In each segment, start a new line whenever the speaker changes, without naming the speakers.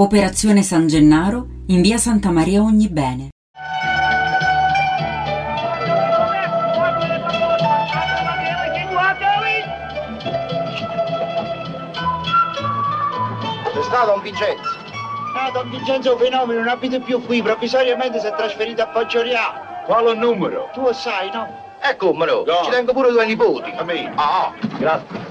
Operazione San Gennaro in via Santa Maria Ognibene.
C'è stato Don Vincenzo?
Don Vincenzo Fenomeno non abita più qui, provvisoriamente si è trasferito a Poggioreale.
Quale numero?
Tu lo sai, no?
Come no?
No.
Ci tengo pure due nipoti.
A me.
Grazie.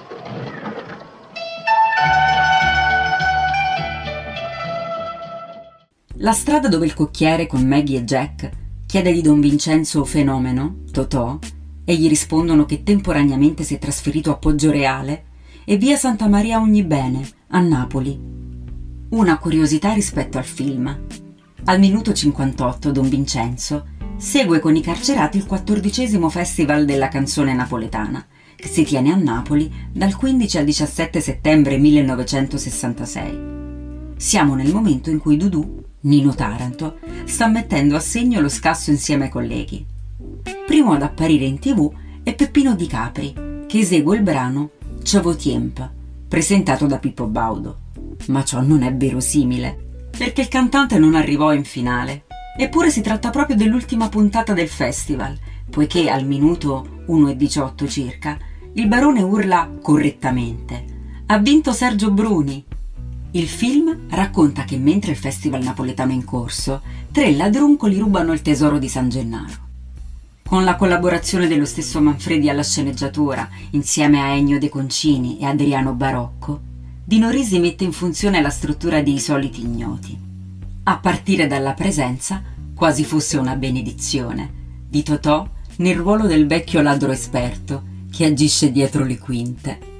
La strada dove il cocchiere con Maggie e Jack chiede di Don Vincenzo Fenomeno, Totò, e gli rispondono che temporaneamente si è trasferito a Poggioreale, e via Santa Maria Ognibene, a Napoli. Una curiosità rispetto al film. Al minuto 58 Don Vincenzo segue con i carcerati il 14° Festival della canzone napoletana, che si tiene a Napoli dal 15 al 17 settembre 1966. Siamo nel momento in cui Dudù, Nino Taranto, sta mettendo a segno lo scasso insieme ai colleghi. Primo ad apparire in TV è Peppino Di Capri, che esegue il brano «Ce vaut tiemp», presentato da Pippo Baudo. Ma ciò non è verosimile, perché il cantante non arrivò in finale. Eppure si tratta proprio dell'ultima puntata del festival, poiché al minuto 1:18 circa il barone urla correttamente: «Ha vinto Sergio Bruni!». Il film racconta che mentre il festival napoletano è in corso, 3 ladruncoli rubano il tesoro di San Gennaro. Con la collaborazione dello stesso Manfredi alla sceneggiatura, insieme a Ennio De Concini e Adriano Barocco, Dino Risi mette in funzione la struttura di I soliti ignoti, a partire dalla presenza, quasi fosse una benedizione, di Totò nel ruolo del vecchio ladro esperto che agisce dietro le quinte.